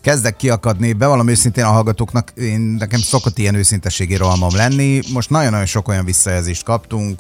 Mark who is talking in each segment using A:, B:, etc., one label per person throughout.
A: kezdek kiakadni, bevallom őszintén a hallgatóknak, nekem szokott ilyen őszinteségi rohamom lenni. Most nagyon-nagyon sok olyan visszajelzést kaptunk,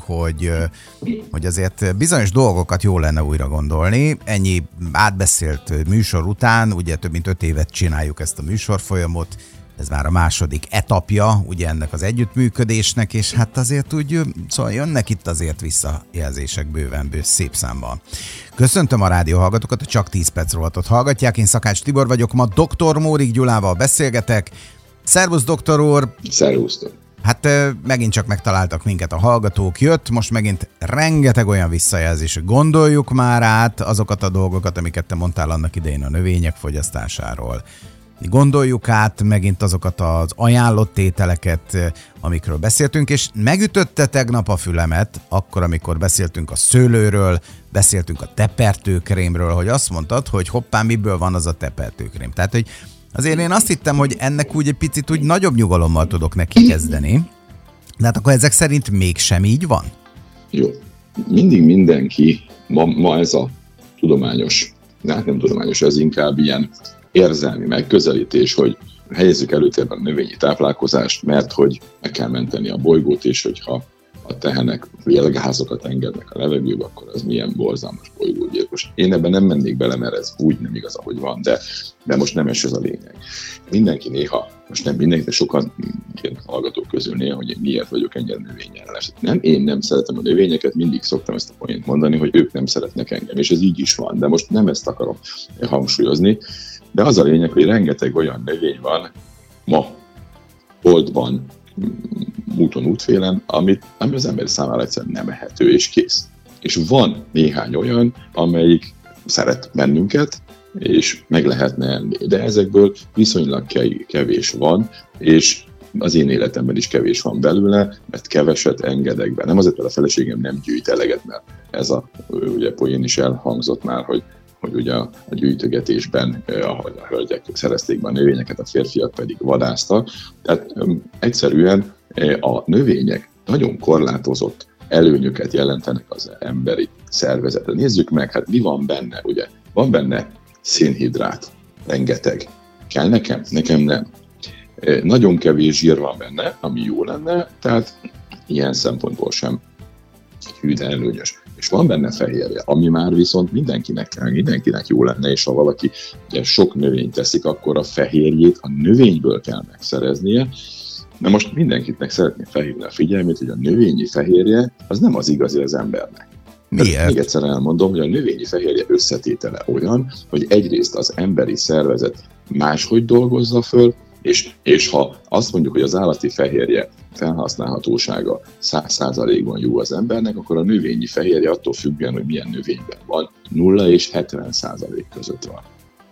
A: hogy azért bizonyos dolgokat jó lenne újra gondolni. Ennyi átbeszélt műsor után, ugye több mint 5 évet csináljuk ezt a műsorfolyamot, ez már a második etapja ugye ennek az együttműködésnek, és hát azért úgy, szóval jönnek itt azért visszajelzések bőven, szép számban. Köszöntöm a rádióhallgatókat, a Csak 10 perc rovatot hallgatják, én Szakács Tibor vagyok, ma Dr. Mórik Gyulával beszélgetek. Szervusz, doktor úr!
B: Szervusztok!
A: Hát megint csak megtaláltak minket a hallgatók, jött most megint rengeteg olyan visszajelzés, hogy gondoljuk már át azokat a dolgokat, amiket te mondtál annak idején a növények fogyasztásáról. Gondoljuk át megint azokat az ajánlott ételeket, amikről beszéltünk, és megütötte tegnap a fülemet, akkor, amikor beszéltünk a szőlőről, beszéltünk a tepertőkrémről, hogy azt mondtad, hogy hoppá, miből van az a tepertőkrém. Tehát, hogy azért én azt hittem, hogy ennek úgy egy picit úgy nagyobb nyugalommal tudok neki kezdeni, de hát akkor ezek szerint mégsem így van?
B: Jó. Mindig mindenki, ma ez a tudományos, hát nem tudományos, ez inkább ilyen érzelmi megközelítés, hogy helyezzük előtérben a növényi táplálkozást, mert hogy meg kell menteni a bolygót, és hogyha a tehenek vélgázokat engednek a levegőbe, akkor az milyen borzalmas bolygógyilkos. Én ebben nem mennék bele, mert ez úgy nem igaz, ahogy van, de most nem ez a lényeg. Mindenki néha, most nem mindenki, de sokan ilyen hallgatók közül néha, hogy én miért vagyok ennyire növényellenes. Nem, én nem szeretem a növényeket, mindig szoktam ezt a poént mondani, hogy ők nem szeretnek engem, és ez így is van, de most nem ezt akarom hangsúlyozni. De az a lényeg, hogy rengeteg olyan növény van ma boltban, úton, útfélen, ami az ember számára egyszerűen nem ehető, és kész. És van néhány olyan, amelyik szeret bennünket, és meg lehetne enni. De ezekből viszonylag kevés van, és az én életemben is kevés van belőle, mert keveset engedek be. Nem azért, mert a feleségem nem gyűjt eleget, mert ez a ugye, poén is elhangzott már, hogy ugye a gyűjtögetésben ahogy a hölgyek szerezték be a növényeket, a férfiak pedig vadásztak. Tehát egyszerűen a növények nagyon korlátozott előnyöket jelentenek az emberi szervezetre. Nézzük meg, hát mi van benne, ugye? Van benne szénhidrát, rengeteg. Kell nekem? Nekem nem. Nagyon kevés zsír van benne, ami jó lenne, tehát ilyen szempontból sem hű, de előnyös. És van benne fehérje, ami már viszont mindenkinek jó lenne, és ha valaki ugye, sok növényt teszik, akkor a fehérjét a növényből kell megszereznie. Na most mindenkinek szeretném felhívni a figyelmét, hogy a növényi fehérje az nem az igazi az embernek.
A: Miért?
B: Még egyszer elmondom, hogy a növényi fehérje összetétele olyan, hogy egyrészt az emberi szervezet máshogy dolgozza föl, és ha azt mondjuk, hogy az állati fehérje felhasználhatósága 100%-ban jó az embernek, akkor a növényi fehérje attól függően, hogy milyen növényben van, 0 és 70% között van.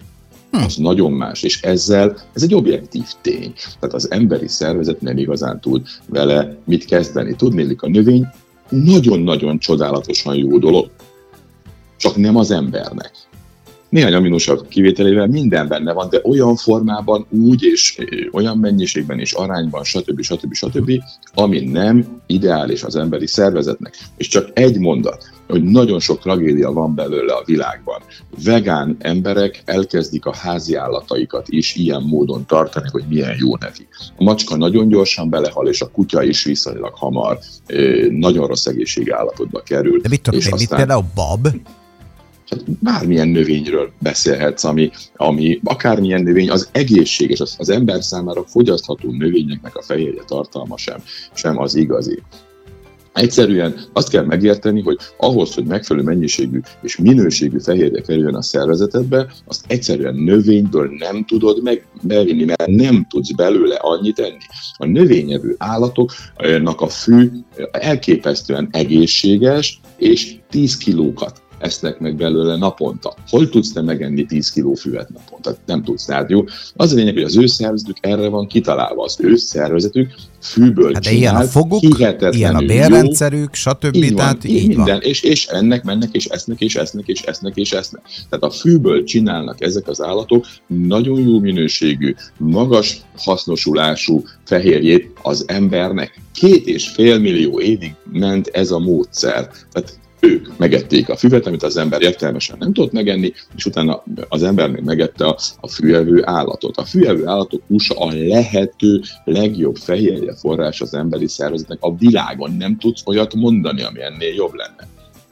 B: Az nagyon más, és ezzel ez egy objektív tény. Tehát az emberi szervezet nem igazán tud vele mit kezdeni. Tudnélik, a növény nagyon-nagyon csodálatosan jó dolog, csak nem az embernek. Néhány aminosav kivételével minden benne van, de olyan formában, úgy és olyan mennyiségben és arányban, stb., ami nem ideális az emberi szervezetnek. És csak egy mondat, hogy nagyon sok tragédia van belőle a világban. Vegán emberek elkezdik a házi állataikat is ilyen módon tartani, hogy milyen jó neki. A macska nagyon gyorsan belehal, és a kutya is viszonylag hamar nagyon rossz egészségi állapotba kerül.
A: De mit tudod, mit például bab?
B: Hát bármilyen növényről beszélhetsz, ami akármilyen növény, az egészséges, az ember számára fogyasztható növényeknek a fehérje tartalma sem az igazi. Egyszerűen azt kell megérteni, hogy ahhoz, hogy megfelelő mennyiségű és minőségű fehérje kerüljön a szervezetedbe, azt egyszerűen növényből nem tudod megvenni, mert nem tudsz belőle annyit enni. A növényevő állatoknak a fű elképesztően egészséges, és 10 kilókat esznek meg belőle naponta. Hol tudsz te megenni 10 kiló füvet naponta? Nem tudsz. Tehát jó. Az a lényeg, hogy az ő szervezetük erre van kitalálva. Az ő szervezetük fűből
A: hát csinál, ilyen a foguk, ilyen a bélrendszerük, stb.
B: Így van,
A: tehát így
B: minden.
A: van.
B: És ennek, mennek, és esznek. Tehát a fűből csinálnak ezek az állatok nagyon jó minőségű, magas hasznosulású fehérjét az embernek. 2,5 millió évig ment ez a módszer. Tehát ők megették a füvet, amit az ember értelmesen nem tudott megenni, és utána az ember még megette a fűevő állatot. A fűevő állatok húsa a lehető legjobb fehérje forrás az emberi szervezetnek a világon. Nem tudsz olyat mondani, ami ennél jobb lenne.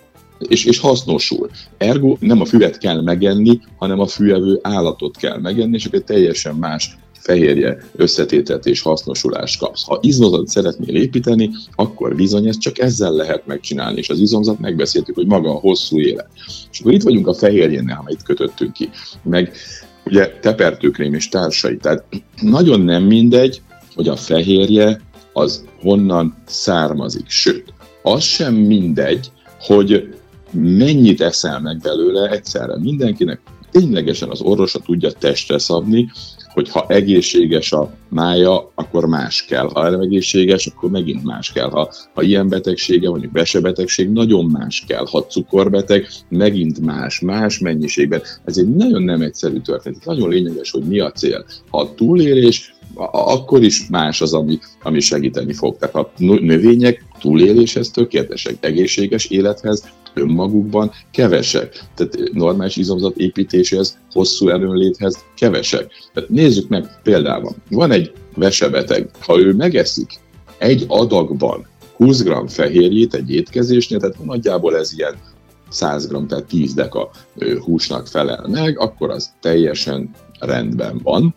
B: És hasznosul. Ergo nem a füvet kell megenni, hanem a fűevő állatot kell megenni, és akkor teljesen más fehérje összetételt és hasznosulást kapsz. Ha izomzatot szeretnél építeni, akkor bizony ezt csak ezzel lehet megcsinálni, és az izomzat megbeszéltük, hogy maga a hosszú élet. És akkor itt vagyunk a fehérjénél, amelyet kötöttünk ki. Meg ugye tepertőkrém és társai. Tehát nagyon nem mindegy, hogy a fehérje az honnan származik. Sőt, az sem mindegy, hogy mennyit eszel meg belőle egyszerre. Mindenkinek ténylegesen az orvosa tudja testre szabni, hogy ha egészséges a mája, akkor más kell. Ha nem egészséges, akkor megint más kell. Ha ilyen betegsége, mondjuk vesebetegség, nagyon más kell. Ha cukorbeteg, megint más mennyiségben. Ez egy nagyon nem egyszerű történet. Nagyon lényeges, hogy mi a cél. Ha a túlélés, akkor is más az, ami segíteni fog. Tehát a növények túléléshez tökéletesek, egészséges élethez önmagukban kevesek. Tehát normális izomzat építéshez, hosszú erőnléthez kevesek. Tehát nézzük meg példában. Van egy vesebeteg, ha ő megeszik egy adagban 20 g fehérjét egy étkezésnél, tehát nagyjából ez ilyen 100 g, tehát 10 deka húsnak felel meg, akkor az teljesen rendben van,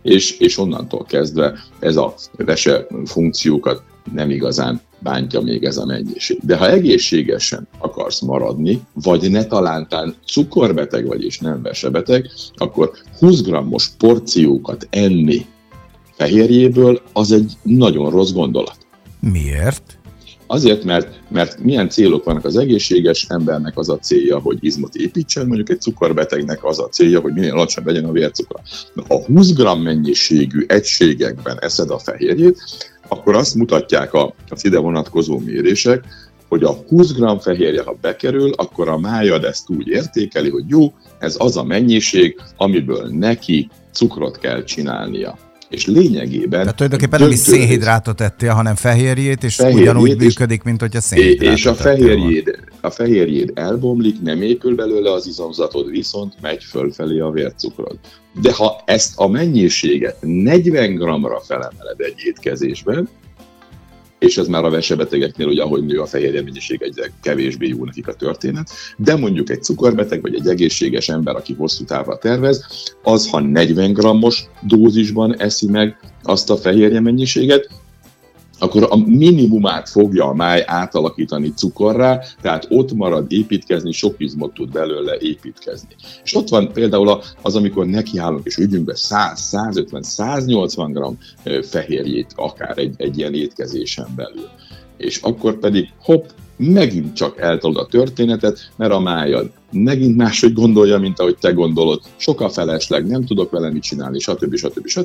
B: és onnantól kezdve ez a vese funkciókat nem igazán bántja még ez a mennyiség. De ha egészségesen akarsz maradni, vagy ne talántán cukorbeteg vagy és nem vesebeteg, akkor 20 g-os porciókat enni fehérjéből az egy nagyon rossz gondolat.
A: Miért?
B: Azért, mert milyen célok vannak az egészséges embernek, az a célja, hogy izmot építsen, mondjuk egy cukorbetegnek az a célja, hogy minél alacsonyabb legyen a vércukor. Ha 20 g mennyiségű egységekben eszed a fehérjét, akkor azt mutatják az ide vonatkozó mérések, hogy a 20 g fehérje, ha bekerül, akkor a májad ezt úgy értékeli, hogy jó, ez az a mennyiség, amiből neki cukrot kell csinálnia. És lényegében...
A: Tehát tulajdonképpen nem is szénhidrátot ettél, hanem fehérjét, és ugyanúgy működik, mint hogyha szénhidrátot
B: és a fehérjéd elbomlik, nem épül belőle az izomzatod, viszont megy fölfelé a vércukrod. De ha ezt a mennyiséget 40 g-ra felemeled egy étkezésben, és ez már a vesebetegeknél, ugye ahogy nő a fehérje mennyiség, egyre kevésbé jó nekik a történet, de mondjuk egy cukorbeteg, vagy egy egészséges ember, aki hosszú távra tervez, az, ha 40 g-os dózisban eszi meg azt a fehérje mennyiséget, akkor a minimumát fogja a máj átalakítani cukorrá, tehát ott marad építkezni, sok izmot tud belőle építkezni. És ott van például az, amikor nekiállunk és ügyünk be 100, 150, 180 g fehérjét akár egy ilyen étkezésen belül. És akkor pedig hopp, megint csak eltolod a történetet, mert a májad megint máshogy gondolja, mint ahogy te gondolod, sok a felesleg, nem tudok vele mit csinálni, stb.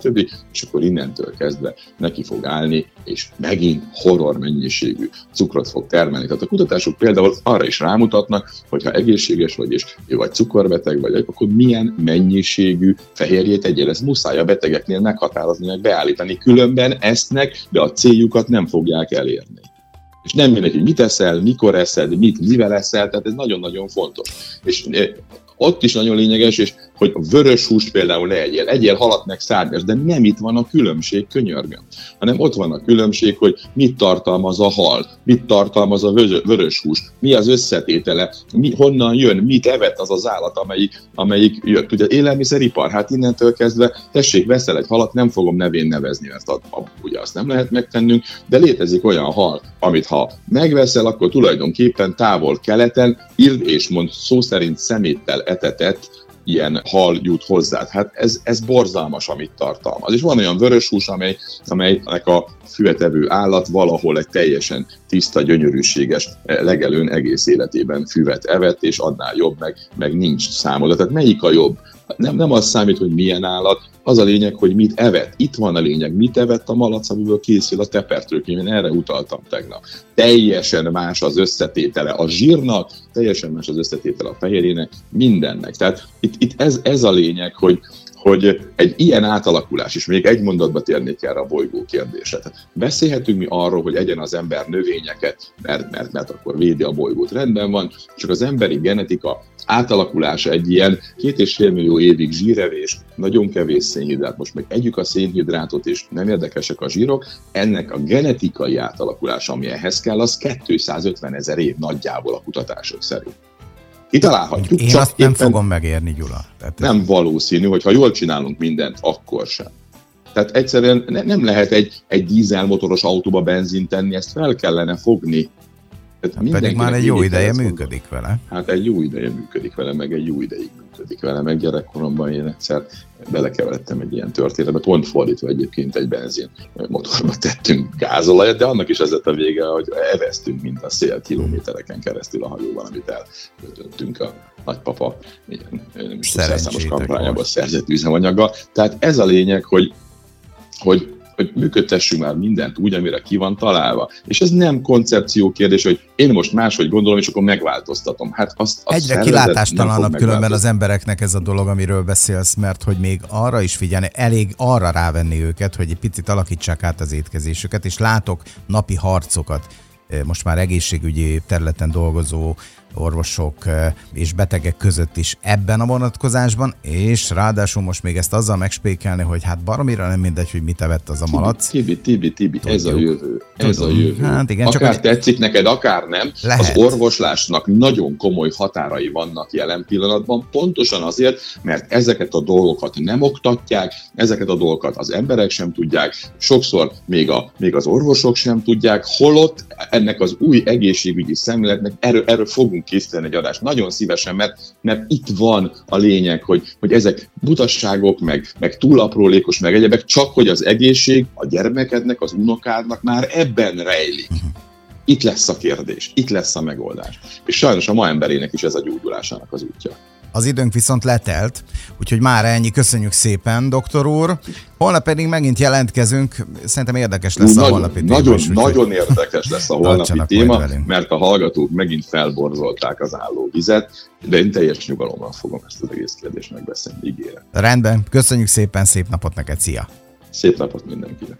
B: És akkor innentől kezdve neki fog állni, és megint horror mennyiségű cukrot fog termelni. Tehát a kutatások például arra is rámutatnak, hogy ha egészséges vagy, és vagy cukorbeteg vagy, akkor milyen mennyiségű fehérjét egyél. Ez muszáj a betegeknél meghatározni, meg beállítani, különben esznek, de a céljukat nem fogják elérni. És nem mindegy, hogy mit eszel, mikor eszed, mivel eszel, tehát ez nagyon-nagyon fontos. És ott is nagyon lényeges, és hogy vörös húst például ne egyél halat meg szárnyas, de nem itt van a különbség, könyörgöm, hanem ott van a különbség, hogy mit tartalmaz a hal, mit tartalmaz a vörös hús, mi az összetétele, honnan jön, mit evett az az állat, amelyik jött. Ugye élelmiszeripar, hát innentől kezdve, tessék, veszel egy halat, nem fogom nevén nevezni, mert ugye azt nem lehet megtennünk, de létezik olyan hal, amit ha megveszel, akkor tulajdonképpen távol-keleten, írd és mond szó szerint szeméttel etetett ilyen hal jut hozzá. Hát ez borzalmas, amit tartalmaz. És van olyan vörös hús, amelynek a füvetevő állat valahol egy teljesen tiszta, gyönyörűséges legelőn egész életében füvet evett, és annál jobb, meg nincs számodat. Tehát melyik a jobb? Nem az számít, hogy milyen állat, az a lényeg, hogy mit evett. Itt van a lényeg, mit evett a malac, amiből készül a tepertrőkrém. Én erre utaltam tegnap. Teljesen más az összetétele a zsírnak, teljesen más az összetétele a fehérjének, mindennek. Tehát itt ez a lényeg, hogy egy ilyen átalakulás, és még egy mondatba térnék erre a bolygó kérdésre. Tehát beszélhetünk mi arról, hogy egyen az ember növényeket, mert akkor védi a bolygót, rendben van, csak az emberi genetika átalakulása egy ilyen 2,5 millió évig zsírevés, nagyon kevés szénhidrát, most meg együk a szénhidrátot, és nem érdekesek a zsírok, ennek a genetikai átalakulása, ami ehhez kell, az 250 000 év nagyjából a kutatások szerint. Kitalálhatjuk.
A: Én azt nem fogom megérni, Gyula.
B: Nem valószínű, hogy ha jól csinálunk mindent, akkor sem. Tehát egyszerűen nem lehet egy dízelmotoros autóba benzint tenni, ezt fel kellene fogni.
A: Pedig már egy jó ideje működik vele.
B: Hát egy jó ideje működik vele, meg egy jó ideig működik vele, meg gyerekkoromban én egyszer belekeveredtem egy ilyen történetbe, pont fordítva egyébként egy benzin motorba tettünk gázolajat, de annak is ez lett a vége, hogy eveztünk, mint a szél kilométereken keresztül a hajóban, amit elkötöttünk a nagypapa ilyen szerszámos kampányába szerzett üzemanyaggal. Tehát ez a lényeg, hogy működtessünk már mindent úgy, amire ki van találva. És ez nem koncepció kérdés, hogy én most máshogy gondolom, és akkor megváltoztatom. Hát azt
A: egyre kilátástalanabb különben az embereknek ez a dolog, amiről beszélsz, mert hogy még arra is figyelni, elég arra rávenni őket, hogy egy picit alakítsák át az étkezésüket, és látok napi harcokat, most már egészségügyi területen dolgozó orvosok és betegek között is ebben a vonatkozásban, és ráadásul most még ezt azzal megspékelni, hogy hát baromira nem mindegy, hogy mit evett az a malac.
B: Tibi, ez a jövő. Ez a jövő.
A: Hát igen,
B: akár csak tetszik neked, akár nem, lehet. Az orvoslásnak nagyon komoly határai vannak jelen pillanatban, pontosan azért, mert ezeket a dolgokat nem oktatják, ezeket a dolgokat az emberek sem tudják, sokszor még az orvosok sem tudják, holott ennek az új egészségügyi szemléletnek erről fogunk készíteni egy adást. Nagyon szívesen, mert itt van a lényeg, hogy ezek butasságok, meg túl aprólékos, meg egyebek, csak hogy az egészség a gyermekednek, az unokádnak már ebben rejlik. Itt lesz a kérdés, itt lesz a megoldás. És sajnos a ma emberének is ez a gyógyulásának az útja.
A: Az időnk viszont letelt, úgyhogy már ennyi. Köszönjük szépen, doktor úr. Holnap pedig megint jelentkezünk. Szerintem érdekes lesz a holnapi téma.
B: Nagyon érdekes lesz a holnapi téma, mert a hallgatók megint felborzolták az állóvizet, de én teljes nyugalommal fogom ezt az egész kérdést megbeszélni, ígérem.
A: Rendben, köszönjük szépen, szép napot neked, szia!
B: Szép napot mindenkinek!